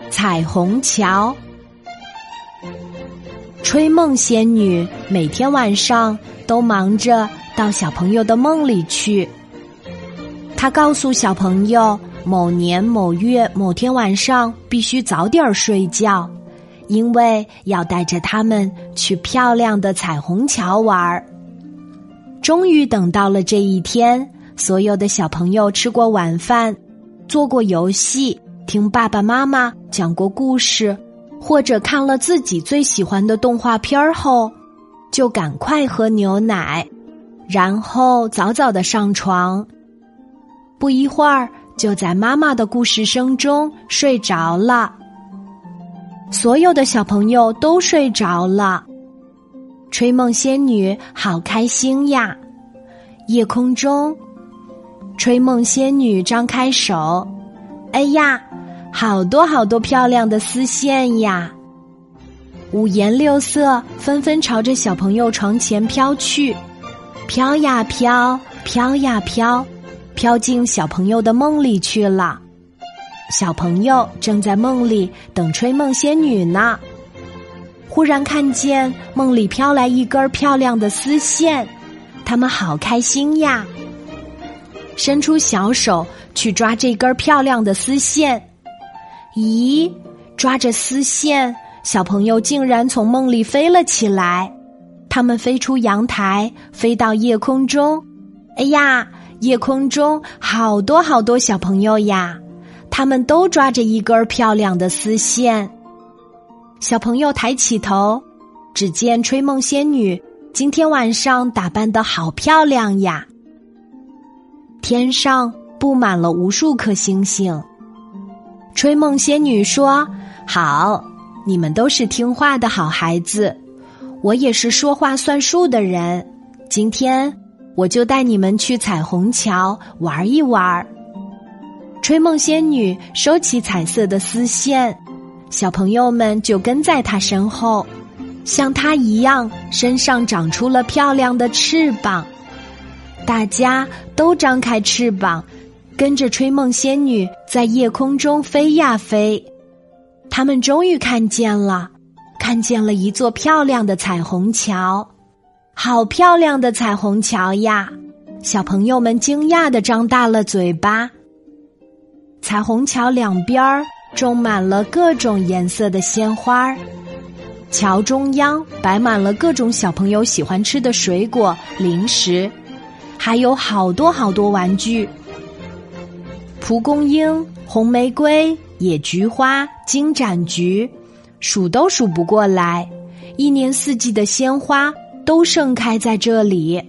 彩虹桥。吹梦仙女每天晚上都忙着到小朋友的梦里去。她告诉小朋友，某年某月某天晚上必须早点睡觉，因为要带着他们去漂亮的彩虹桥玩。终于等到了这一天，所有的小朋友吃过晚饭，做过游戏，听爸爸妈妈讲过故事，或者看了自己最喜欢的动画片后，就赶快喝牛奶，然后早早的上床。不一会儿，就在妈妈的故事声中睡着了。所有的小朋友都睡着了，吹梦仙女好开心呀！夜空中，吹梦仙女张开手，哎呀，好多好多漂亮的丝线呀！五颜六色纷纷朝着小朋友床前飘去，飘呀飘，飘呀飘，飘进小朋友的梦里去了。小朋友正在梦里等吹梦仙女呢。忽然看见梦里飘来一根漂亮的丝线，他们好开心呀！伸出小手去抓这根漂亮的丝线，咦，抓着丝线，小朋友竟然从梦里飞了起来。他们飞出阳台，飞到夜空中。哎呀，夜空中好多好多小朋友呀，他们都抓着一根漂亮的丝线。小朋友抬起头，只见吹梦仙女今天晚上打扮得好漂亮呀。天上布满了无数颗星星。吹梦仙女说，好，你们都是听话的好孩子，我也是说话算数的人，今天我就带你们去彩虹桥玩一玩。吹梦仙女收起彩色的丝线，小朋友们就跟在她身后，像她一样身上长出了漂亮的翅膀。大家都张开翅膀，跟着吹梦仙女在夜空中飞呀飞。他们终于看见了一座漂亮的彩虹桥。好漂亮的彩虹桥呀！小朋友们惊讶地张大了嘴巴。彩虹桥两边种满了各种颜色的鲜花，桥中央摆满了各种小朋友喜欢吃的水果、零食，还有好多好多玩具。蒲公英、红玫瑰、野菊花、金盏菊，数都数不过来，一年四季的鲜花都盛开在这里。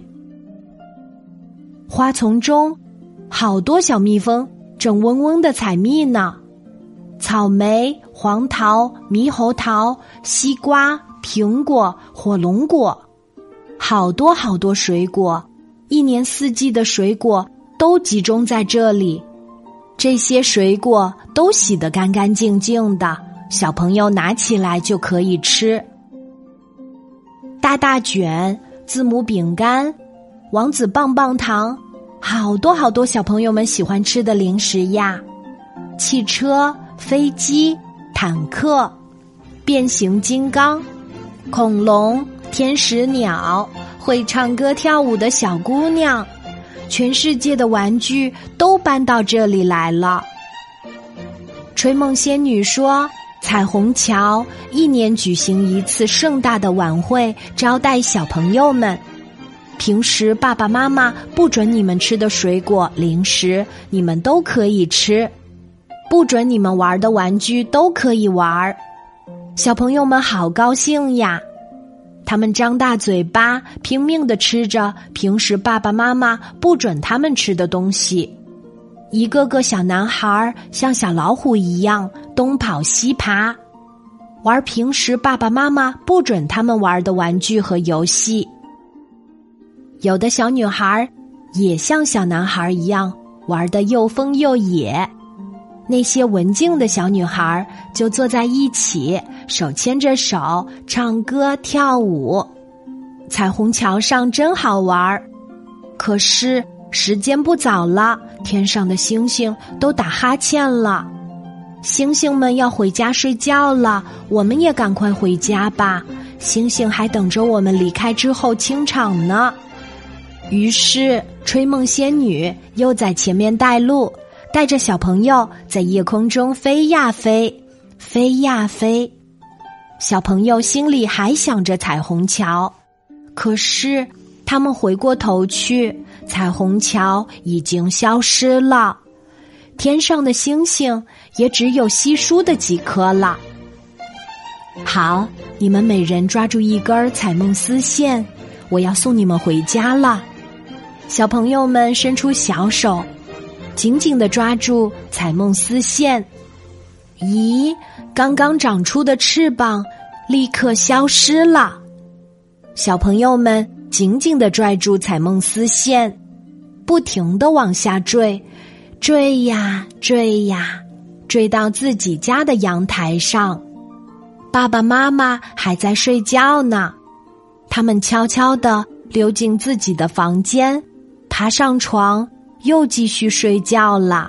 花丛中，好多小蜜蜂正嗡嗡地采蜜呢。草莓、黄桃、猕猴桃、西瓜、苹果、火龙果，好多好多水果，一年四季的水果都集中在这里。这些水果都洗得干干净净的，小朋友拿起来就可以吃。大大卷、字母饼干、王子棒棒糖，好多好多小朋友们喜欢吃的零食呀。汽车、飞机、坦克、变形金刚、恐龙、天使鸟、会唱歌跳舞的小姑娘，全世界的玩具都搬到这里来了。吹梦仙女说，彩虹桥一年举行一次盛大的晚会，招待小朋友们。平时爸爸妈妈不准你们吃的水果、零食，你们都可以吃；不准你们玩的玩具都可以玩。小朋友们好高兴呀！他们张大嘴巴，拼命地吃着平时爸爸妈妈不准他们吃的东西。一个个小男孩像小老虎一样东跑西爬，玩平时爸爸妈妈不准他们玩的玩具和游戏。有的小女孩也像小男孩一样玩得又疯又野。那些文静的小女孩就坐在一起，手牵着手，唱歌跳舞。彩虹桥上真好玩，可是时间不早了，天上的星星都打哈欠了。 星星们要回家睡觉了，我们也赶快回家吧，星星还等着我们离开之后清场呢。于是吹梦仙女又在前面带路，带着小朋友在夜空中飞呀飞，飞呀飞。小朋友心里还想着彩虹桥，可是他们回过头去，彩虹桥已经消失了，天上的星星也只有稀疏的几颗了。好，你们每人抓住一根彩梦丝线，我要送你们回家了。小朋友们伸出小手，紧紧地抓住彩梦丝线。咦，刚刚长出的翅膀立刻消失了。小朋友们紧紧地拽住彩梦丝线，不停地往下坠，坠呀坠呀，坠到自己家的阳台上。爸爸妈妈还在睡觉呢，他们悄悄地溜进自己的房间，爬上床，又继续睡觉了。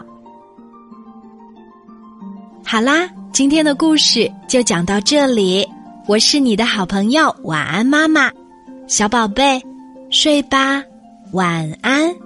好啦，今天的故事就讲到这里，我是你的好朋友晚安妈妈。小宝贝，睡吧，晚安。